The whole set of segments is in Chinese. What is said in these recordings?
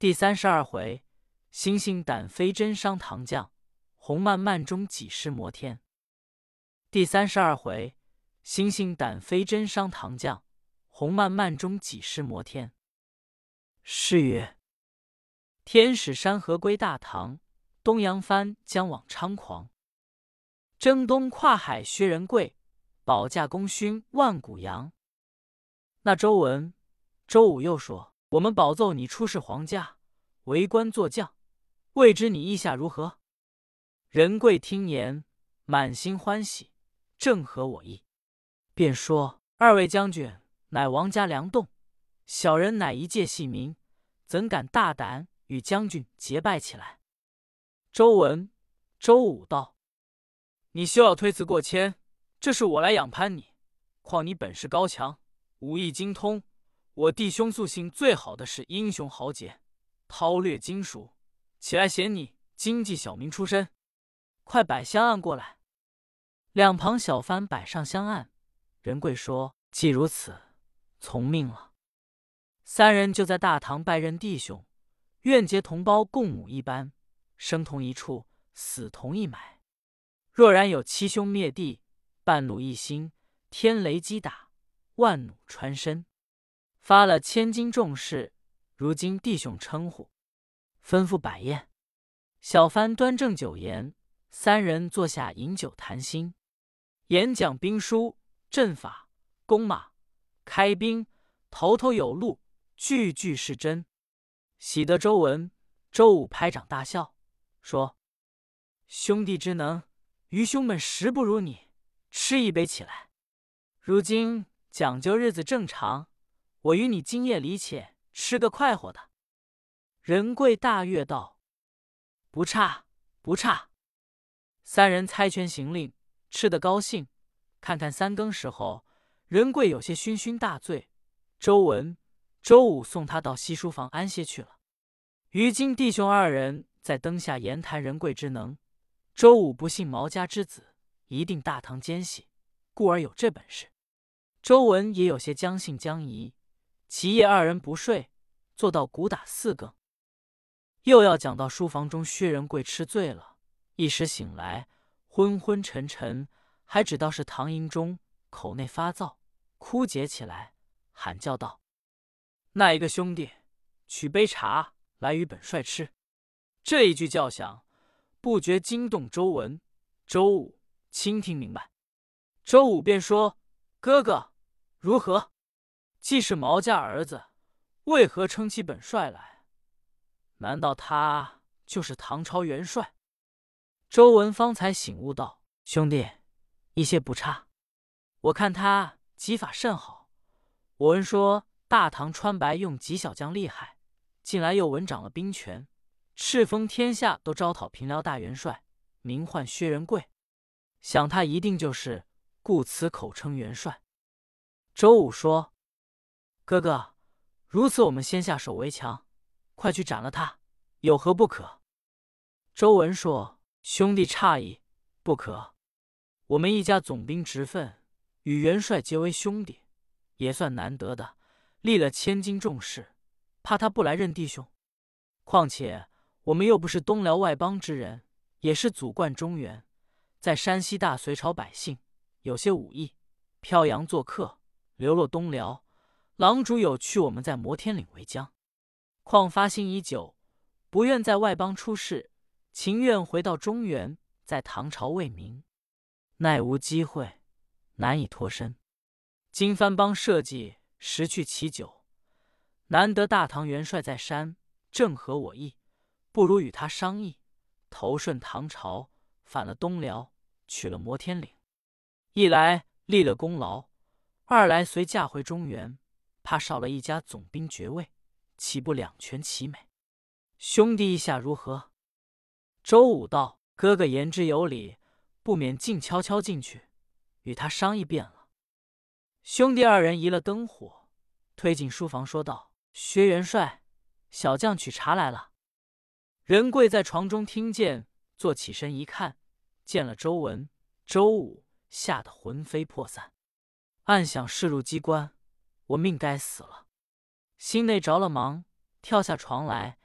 第32回，星星胆飞真伤唐将，红漫漫中几失摩天。第32回，星星胆飞真伤唐将，红漫漫中几失摩天。诗曰：天使山河归大唐，东洋帆将往猖狂。征东跨海薛仁贵，保驾功勋万古扬。那周文、周武又说：我们保奏你出仕皇家，为官作将，未知你意下如何？仁贵听言，满心欢喜，正合我意，便说：二位将军乃王家良栋，小人乃一介戏民，怎敢大胆与将军结拜起来？周文、周武道：你休要推辞过谦，这是我来仰攀你，况你本事高强，武艺精通，我弟兄素性最好的是英雄豪杰，韬略精熟，起来嫌你经济小民出身，快摆香案过来。两旁小番摆上香案，仁贵说：既如此，从命了。三人就在大堂拜认弟兄，愿结同胞共母一般，生同一处，死同一埋。若然有七兄灭弟，半弩一心，天雷击打，万弩穿身，发了千金重事，如今弟兄称呼，吩咐摆宴。小番端正酒言，三人坐下饮酒谈心，演讲兵书、阵法、弓马、开兵，头头有路，句句是真。喜得周文、周武拍掌大笑，说：兄弟之能，愚兄们实不如你，吃一杯起来。如今讲究日子正常，我与你今夜里且吃个快活的。仁贵大悦道：不差不差。三人猜拳行令，吃得高兴。看看三更时候，仁贵有些醺醺大醉，周文、周武送他到西书房安歇去了。于今弟兄二人在灯下言谈仁贵之能。周武不信毛家之子一定大唐奸细，故而有这本事。周文也有些将信将疑，其夜二人不睡，坐到鼓打4更。又要讲到书房中薛仁贵吃醉了，一时醒来，昏昏沉沉，还只道是唐营中口内发燥，枯竭起来，喊叫道：那一个兄弟，取杯茶来与本帅吃。这一句叫响，不觉惊动周文、周武，倾听明白。周武便说：哥哥如何？既是毛家儿子，为何称起本帅来？难道他就是唐朝元帅？周文方才醒悟道：兄弟，一些不差。我看他技法甚好。我闻说大唐穿白用几小将厉害，近来又闻掌了兵权，赤封天下都招讨平辽大元帅，名唤薛仁贵。想他一定就是，故此口称元帅。周武说：哥哥，如此我们先下手为强，快去斩了他，有何不可？周文说：兄弟诧异，不可。我们一家总兵职分，与元帅结为兄弟，也算难得的，立了千金重事，怕他不来认弟兄。况且我们又不是东辽外邦之人，也是祖贯中原，在山西大隋朝百姓，有些武艺，飘洋做客，流落东辽，郎主有去我们在摩天岭为将。况发心已久，不愿在外邦出事，情愿回到中原，在唐朝为民，奈无机会，难以脱身。今番邦设计时去其久，难得大唐元帅在山，正合我意，不如与他商议，投顺唐朝，反了东辽，取了摩天岭。一来立了功劳，二来随驾回中原，怕少了一家总兵爵位，岂不两全其美？兄弟意下如何？周武道：哥哥言之有理，不免静悄悄进去，与他商议便了。兄弟二人移了灯火，推进书房，说道：薛元帅，小将取茶来了。仁贵在床中听见，坐起身一看，见了周文、周武，吓得魂飞魄散，暗想事入机关，我命该死了。心内着了忙，跳下床来，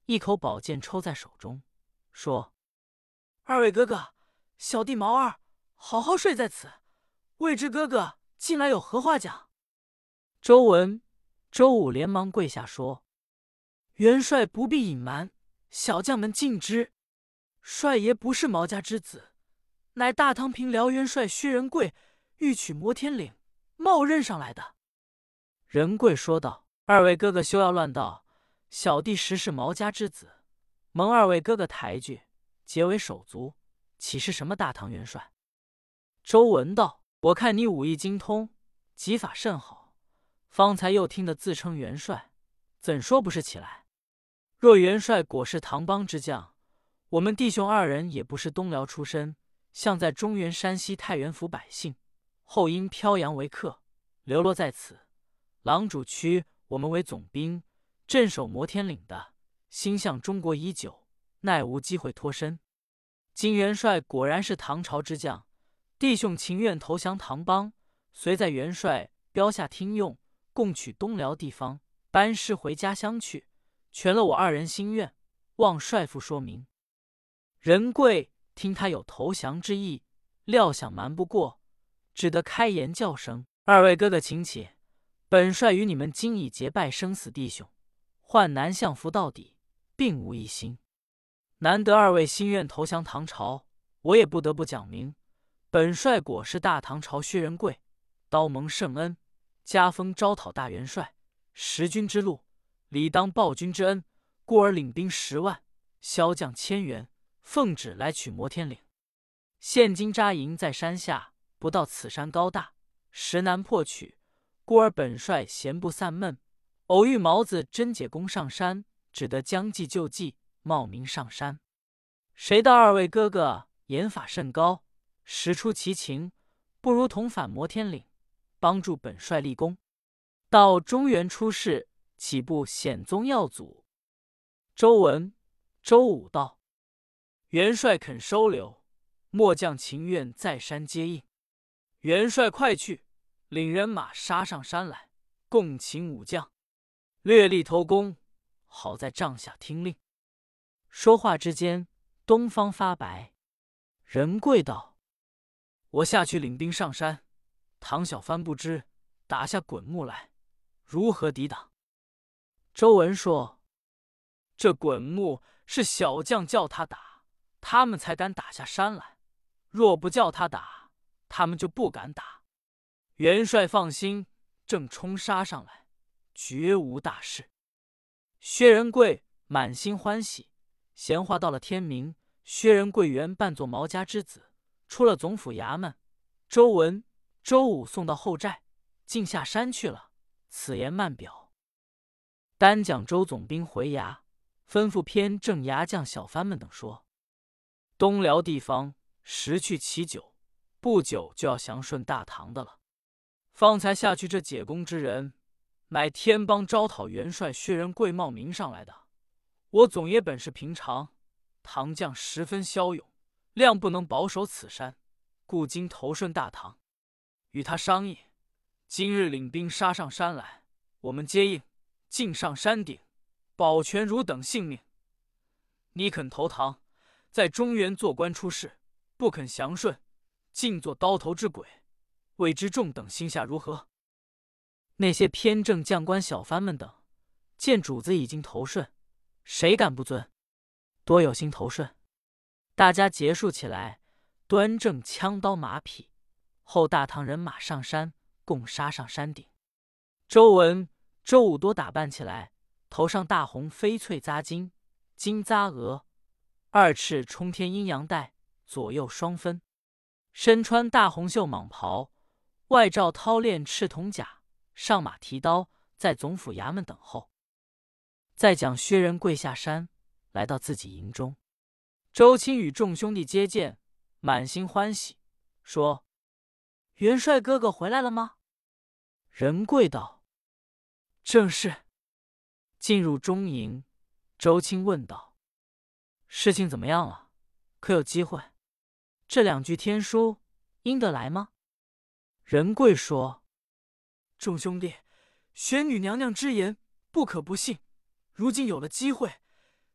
一口宝剑抽在手中，说：“二位哥哥，小弟毛二好好睡在此，未知哥哥近来有何话讲？”周文、周武连忙跪下说：“元帅不必隐瞒，小将们尽知。帅爷不是毛家之子，乃大唐平辽元帅薛仁贵欲取摩天岭，冒认上来的。”仁贵说道：“二位哥哥休要乱道，小弟实是毛家之子，蒙二位哥哥抬举，结为手足，岂是什么大唐元帅？”周文道：“我看你武艺精通，技法甚好，方才又听得自称元帅，怎说不是起来？若元帅果是唐邦之将，我们弟兄二人也不是东辽出身，向在中原山西太原府百姓，后因漂洋为客，流落在此。郎主区我们为总兵，镇守摩天岭的，心向中国已久，奈无机会脱身。今元帅果然是唐朝之将，弟兄情愿投降唐邦，随在元帅标下听用，共取东辽地方，班师回家乡去，全了我二人心愿，望帅父说明。”仁贵听他有投降之意，料想瞒不过，只得开言叫声：“二位哥哥请起，本帅与你们今已结拜生死弟兄，患难相扶到底，并无异心。难得二位心愿投降唐朝，我也不得不讲明。本帅果是大唐朝薛仁贵，刀蒙圣恩，加封招讨大元帅，识君之路，理当报君之恩，故而领兵10万，骁将1000员，奉旨来取摩天岭。现今扎营在山下，不到此山高大，实难破取，故而本帅闲不散闷，偶遇毛子真解弓上山，只得将计就计，冒名上山。谁道二位哥哥言法甚高，实出奇情，不如同返摩天岭，帮助本帅立功，到中原出仕，岂不显宗耀祖？”周文、周武道：“元帅肯收留，末将情愿在山接应。元帅快去，领人马杀上山来，共擒武将，略立头功，好在帐下听令。”说话之间，东方发白。仁贵道：“我下去领兵上山，唐小帆不知打下滚木来，如何抵挡？”周文说：“这滚木是小将叫他打，他们才敢打下山来，若不叫他打，他们就不敢打。元帅放心，正冲杀上来，绝无大事。”薛仁贵满心欢喜。闲话到了天明，薛仁贵原扮作毛家之子，出了总府衙门，周文、周武送到后寨，竟下山去了。此言慢表。单讲周总兵回衙，吩咐偏正牙将小番们等说：“东辽地方时去其久，不久就要降顺大唐的了。方才下去这解弓之人，乃天帮招讨元帅薛仁贵冒名上来的。我总爷本是平常，唐将十分骁勇，谅不能保守此山，故今投顺大唐。与他商议，今日领兵杀上山来，我们接应，进上山顶，保全汝等性命。你肯投唐，在中原做官出仕，不肯降顺，尽做刀头之鬼，未知众等心下如何？”那些偏正将官小番们等，见主子已经投顺，谁敢不遵？多有心投顺。大家结束起来，端正枪刀马匹，后大唐人马上山，共杀上山顶。周文、周武多打扮起来，头上大红翡翠扎金，金扎额，2翅冲天阴阳带，左右双分，身穿大红袖蟒袍，外罩掏链赤铜甲，上马提刀，在总府衙门等候。再讲薛仁贵下山，来到自己营中，周钦与众兄弟接见，满心欢喜，说：“元帅哥哥回来了吗？”仁贵道：“正是。”进入中营，周钦问道：“事情怎么样了？可有机会？这2句天书应得来吗？”仁贵说：“众兄弟，玄女娘娘之言不可不信。如今有了机会，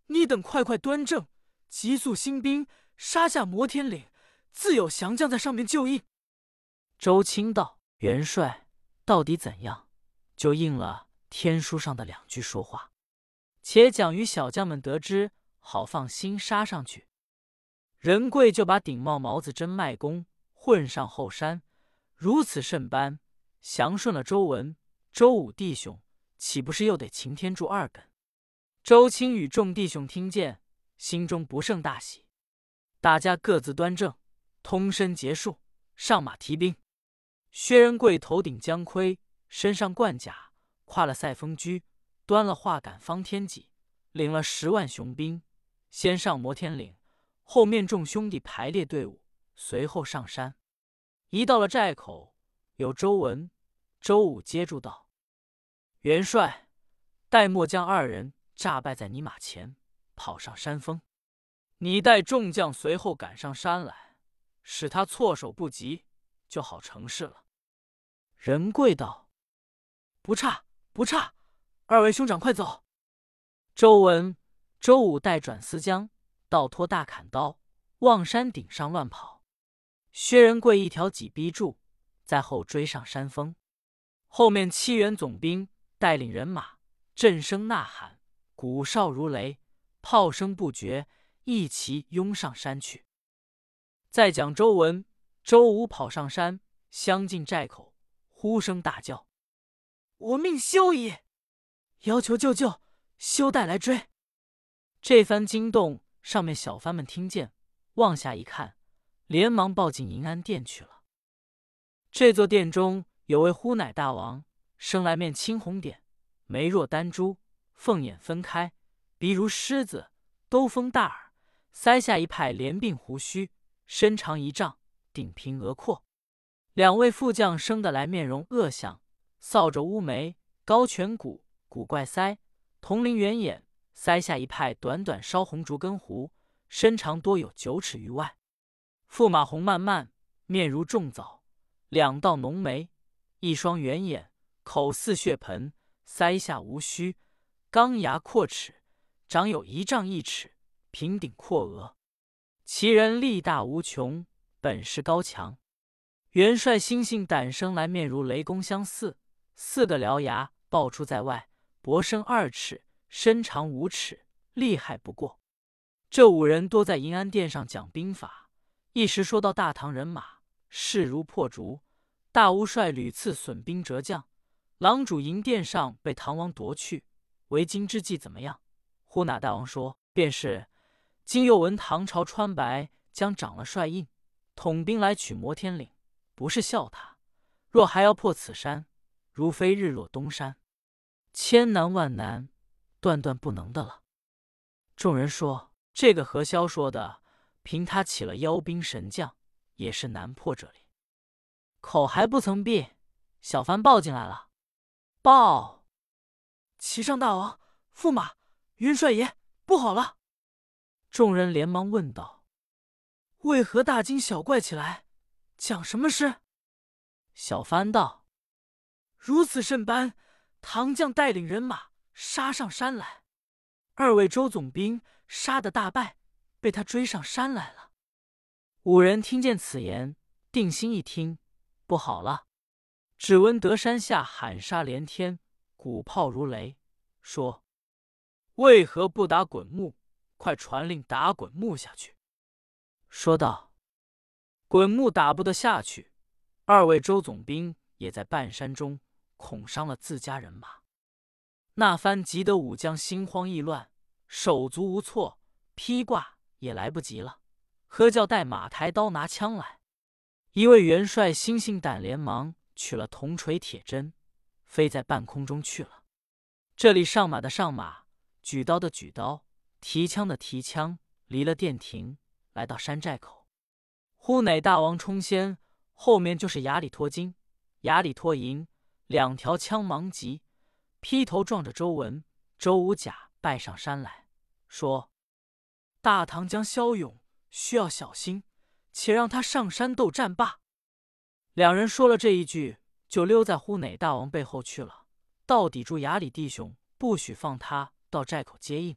你等快快端正，急速兴兵，杀下摩天岭，自有降将在上面救应。”周钦道：“元帅到底怎样？”就应了天书上的2句说话，且讲与小将们得知，好放心杀上去。仁贵就把顶帽毛子真脉功混上后山，如此甚般，降顺了周文、周武弟兄，岂不是又得擎天柱2根？周钦与众弟兄听见，心中不胜大喜。大家各自端正，通身结束，上马提兵。薛仁贵头顶姜盔，身上冠甲，挎了赛风驹，端了画杆方天戟，领了10万雄兵，先上摩天岭，后面众兄弟排列队伍，随后上山。一到了寨口，有周文、周武接住道：“元帅，待末将2人诈败在你马前，跑上山峰，你带众将随后赶上山来，使他措手不及，就好成事了。”仁贵道：“不差，不差，2位兄长快走。”周文、周武带转丝将，倒拖大砍刀，望山顶上乱跑。薛仁贵一条戟逼住，在后追上山峰。后面7员总兵带领人马，震声呐喊，鼓哨如雷，炮声不绝，一齐拥上山去。再讲周文、周武跑上山，相近寨口，呼声大叫：“我命休矣！要求救救，休待来追！”这番惊动，上面小番们听见，往下一看，连忙报进银安殿去了。这座殿中有位呼乃大王，生来面青红点，眉若丹珠，凤眼分开，鼻如狮子，兜风大耳，腮下一派连鬓胡须，身长1丈，顶平额阔。2位副将生得来面容恶相，扫帚乌眉，高颧骨，古怪腮，铜铃圆眼，腮下一派短短烧红竹根胡，身长多有9尺余外。驸马红漫漫，面如重枣，2道浓眉，一双圆眼，口似血盆，腮下无须，钢牙阔齿，长有1丈1尺，平顶阔额。其人力大无穷，本事高强。元帅心性胆生来面如雷公相似，4个獠牙爆出在外，脖深2尺，身长5尺，厉害不过。这5人多在银安殿上讲兵法，一时说到大唐人马势如破竹，大乌帅屡次损兵折将，狼主营殿上被唐王夺去，为今之计怎么样？呼乃大王说：“便是。今又闻唐朝穿白将长了帅印，统兵来取摩天岭，不是笑他。若还要破此山，如非日落东山，千难万难，断断不能的了。”众人说：“这个何萧说的，凭他起了妖兵神将，也是难破这里。”口还不曾闭，小番报进来了。报：“启上大王，驸马，元帅爷，不好了！”众人连忙问道：“为何大惊小怪起来？讲什么事？”小番道：“如此甚般，唐将带领人马杀上山来，2位周总兵杀得大败，被他追上山来了。”5人听见此言，定心一听，不好了！只闻得山下喊杀连天，鼓炮如雷，说：“为何不打滚木？快传令打滚木下去！”说道：“滚木打不得下去，2位周总兵也在半山中，恐伤了自家人马。”那番急得武将心慌意乱，手足无措，披挂也来不及了，何叫带马抬刀拿枪来？一位元帅心性胆连忙取了铜锤铁针，飞在半空中去了。这里上马的上马，举刀的举刀，提枪的提枪，离了殿庭，来到山寨口。呼乃大王冲先，后面就是亚里托金、亚里托银，2条枪芒急，劈头撞着周文、周武甲拜上山来，说：“大唐将骁勇，需要小心，且让他上山斗战罢。”2人说了这一句，就溜在呼乃大王背后去了，到底住亚里弟兄不许放他到寨口接应，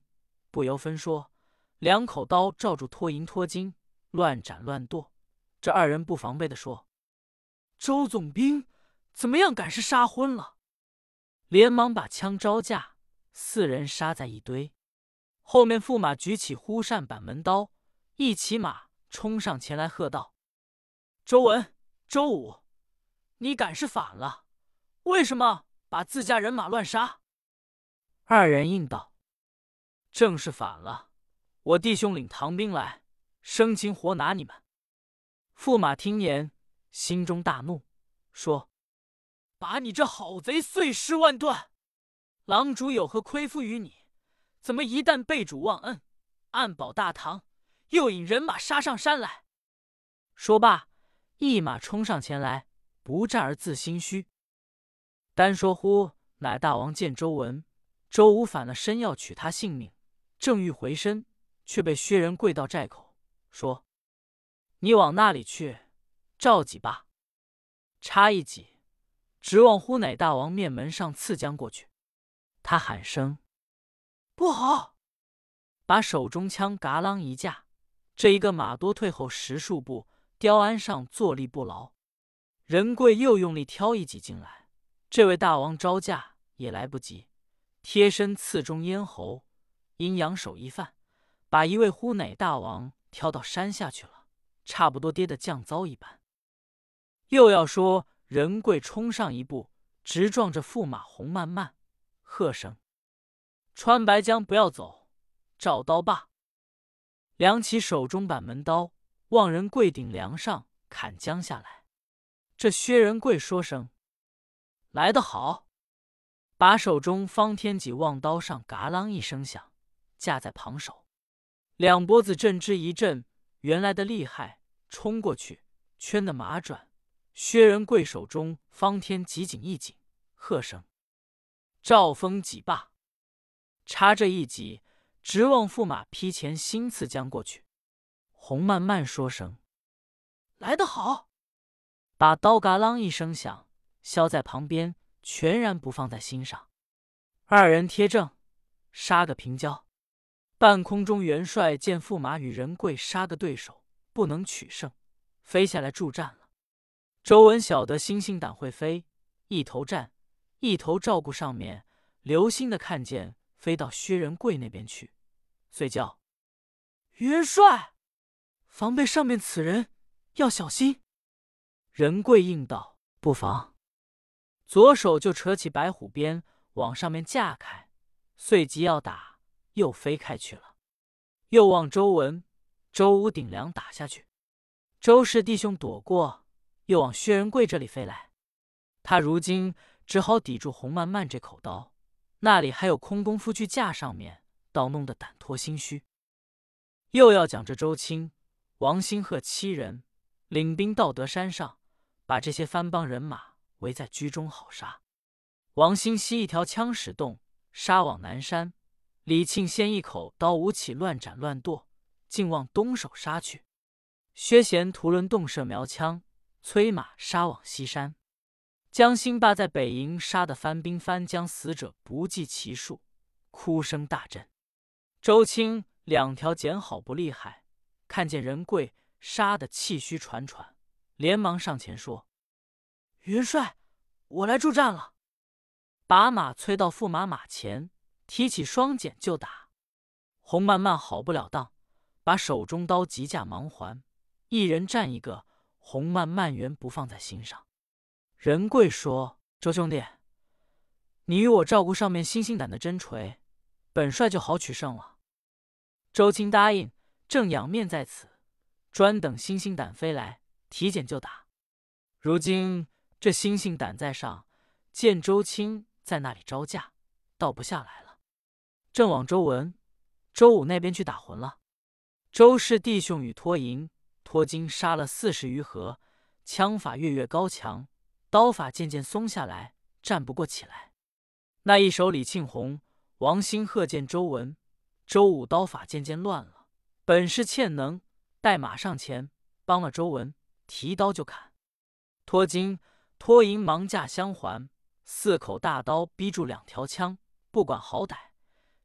不由分说，两口刀照住拖银、拖金，乱斩乱剁。这二人不防备地说：“周总兵怎么样敢是杀昏了？”连忙把枪招架，四人杀在一堆。后面驸马举起忽扇板门刀，一骑马冲上前来，喝道：“周文、周武，你敢是反了？为什么把自家人马乱杀？”二人应道：“正是反了，我弟兄领唐兵来，生擒活拿你们。”驸马听言，心中大怒，说：“把你这好贼碎尸万段！郎主有何亏负于你？怎么一旦背主忘恩，暗保大唐，又引人马杀上山来？”说罢，一马冲上前来，不战而自心虚。单说忽乃大王见周文、周武反了身，要取他性命，正欲回身，却被薛仁跪到寨口，说：“你往那里去？召几罢。”插一戟，直往忽乃大王面门上刺将过去。他喊声：“不好！”把手中枪嘎啷一架，这一个马多退后10数步，雕鞍上坐立不牢。仁贵又用力挑一戟进来，这位大王招架也来不及，贴身刺中咽喉，阴阳手一犯，把一位忽乃大王挑到山下去了，差不多跌得降糟一般。又要说，仁贵冲上一步，直撞着驸马洪漫漫，喝声：“穿白江不要走，照刀罢！”量起手中板门刀，望仁贵顶梁上砍将下来。这薛仁贵说声：“来得好！”把手中方天戟望刀上嘎啷一声响，架在旁手，两脖子震之一震，原来的厉害，冲过去，圈得马转。薛仁贵手中方天戟紧一紧，喝声：“赵封戟罢！”插这一戟，直往驸马披前心刺将过去。洪漫漫说声：“来得好！”把刀嘎啷一声响，削在旁边，全然不放在心上。二人贴正，杀个平交。半空中元帅见驸马与仁贵杀个对手，不能取胜，飞下来助战了。周文晓得星星胆会飞，一头站，一头照顾上面，留心的看见飞到薛仁贵那边去，遂叫：“元帅，防备上面此人，要小心。”仁贵应道：“不妨。”左手就扯起白虎鞭往上面架开，遂即要打，又飞开去了。又望周文、周武顶梁打下去，周氏弟兄躲过，又往薛仁贵这里飞来。他如今只好抵住洪漫漫这口刀，那里还有空功夫去架上面，倒弄得胆脱心虚。又要讲这周清、王兴鹤7人领兵到德山上，把这些番邦人马围在居中，好杀。王兴西一条枪使动，杀往南山；李庆先一口刀舞起，乱斩乱剁，竟往东首杀去。薛贤屠轮动射苗枪，催马杀往西山。江兴霸在北营杀得番兵番将死者不计其数，哭声大震。周清2条剪好不厉害，看见仁贵杀得气虚喘喘，连忙上前说：“元帅，我来助战了。”把马催到驸马马前，提起双锏就打。洪漫漫好不了当，把手中刀急架忙还，一人战一个，洪漫漫原不放在心上。仁贵说：“周兄弟，你与我照顾上面星星胆的真锤，本帅就好取胜了。”周清答应，正仰面在此，专等星星胆飞来，提锏就打。如今这星星胆在上，见周清在那里招架，倒不下来了，正往周文、周武那边去打魂了。周氏弟兄与脱银、脱金杀了40余合，枪法越高强，刀法渐渐松下来，战不过起来。那一手李庆红、王兴鹤见周文、周武刀法渐渐乱了，本事欠能，带马上前帮了周文，提刀就砍。脱金、脱银忙架相还，4口大刀逼住2条枪，不管好歹，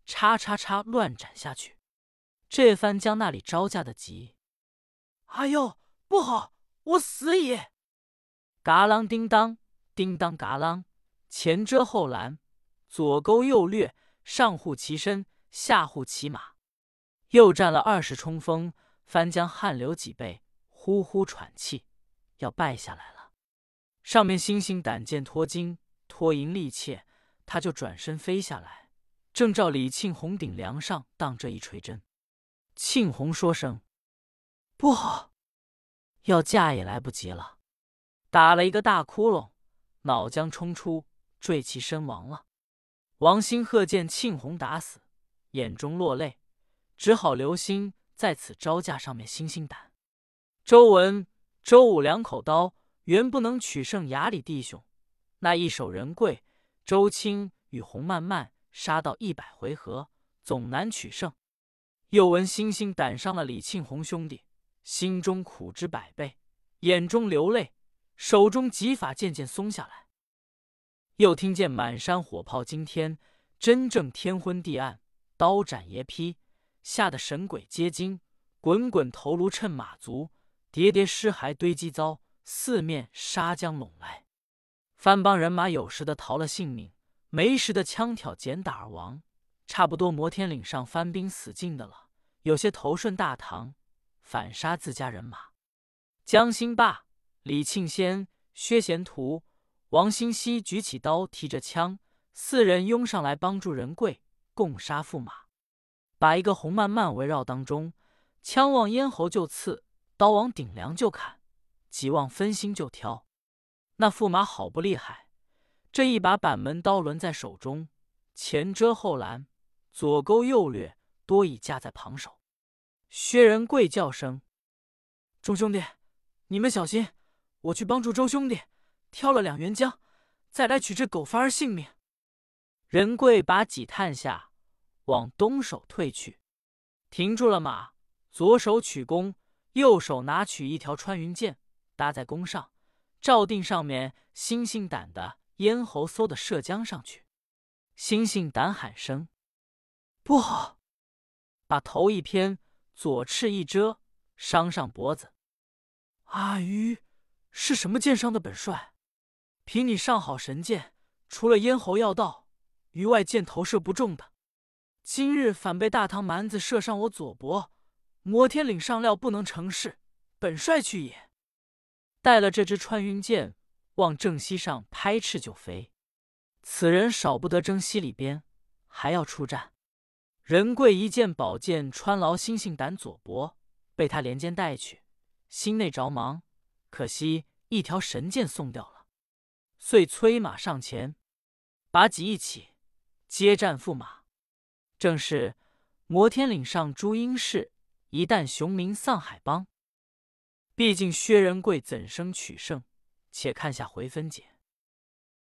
叉叉叉乱斩下去。这番将那里招架得急。 哎呦，不好，我死也！ 嘎啷叮当，叮当嘎啷，前遮后拦，左勾右掠，上护其身，下护其马。又战了20冲锋，翻江汗流几倍，呼呼喘气，要败下来了。上面星星胆见脱巾脱银力怯，他就转身飞下来，正照李庆红顶梁上当这一锤针。庆红说声不好，要架也来不及了，打了一个大窟窿，脑浆冲出，坠其身亡了。王兴贺见庆红打死，眼中落泪，只好留心在此招架上面星星胆。周文、周武两口刀原不能取胜衙里弟兄，那一手人贵、周青与洪漫漫杀到100回合，总难取胜。又闻星星胆伤了李庆红兄弟，心中苦之百倍，眼中流泪，手中戟法渐渐松下来。又听见满山火炮惊天，真正天昏地暗，刀斩爷劈，吓得神鬼皆惊，滚滚头颅趁马足，叠叠尸骸堆积遭，四面杀将拢来。番邦人马有时的逃了性命，没时的枪挑简打而亡，差不多摩天岭上番兵死尽的了，有些投顺大唐，反杀自家人马。江兴霸、李庆先、薛贤图、王兴熙举起刀，提着枪，4人拥上来帮助仁贵，共杀驸马，把一个洪漫漫围绕当中，枪往咽喉就刺，刀往顶梁就砍，戟往分心就挑。那驸马好不厉害，这一把板门刀抡在手中，前遮后拦，左勾右掠，多已架在旁手。薛仁贵叫声：“众兄弟，你们小心，我去帮助周兄弟，挑了2员将，再来取这狗番儿性命。”仁贵把戟探下，往东手退去，停住了马，左手取弓，右手拿取一条穿云箭，搭在弓上，照定上面星星胆的咽喉嗖的射将上去。星星胆喊声不好，把头一偏，左翅一遮，伤上脖子。阿虞，是什么箭伤的本帅？凭你上好神箭，除了咽喉要到，余外箭头射不中的。今日反被大唐蛮子射上我左脖，摩天岭上料不能成事，本帅去也。带了这支穿云箭，往正西上拍翅就飞。此人少不得征西里边，还要出战。仁贵一件宝剑穿牢星星胆左脖，被他连肩带去，心内着忙，可惜一条神箭送掉了，遂催马上前，把戟一起，接战驸马。正是摩天岭上朱英士，一旦雄名丧海邦。毕竟薛仁贵怎生取胜？且看下回分解。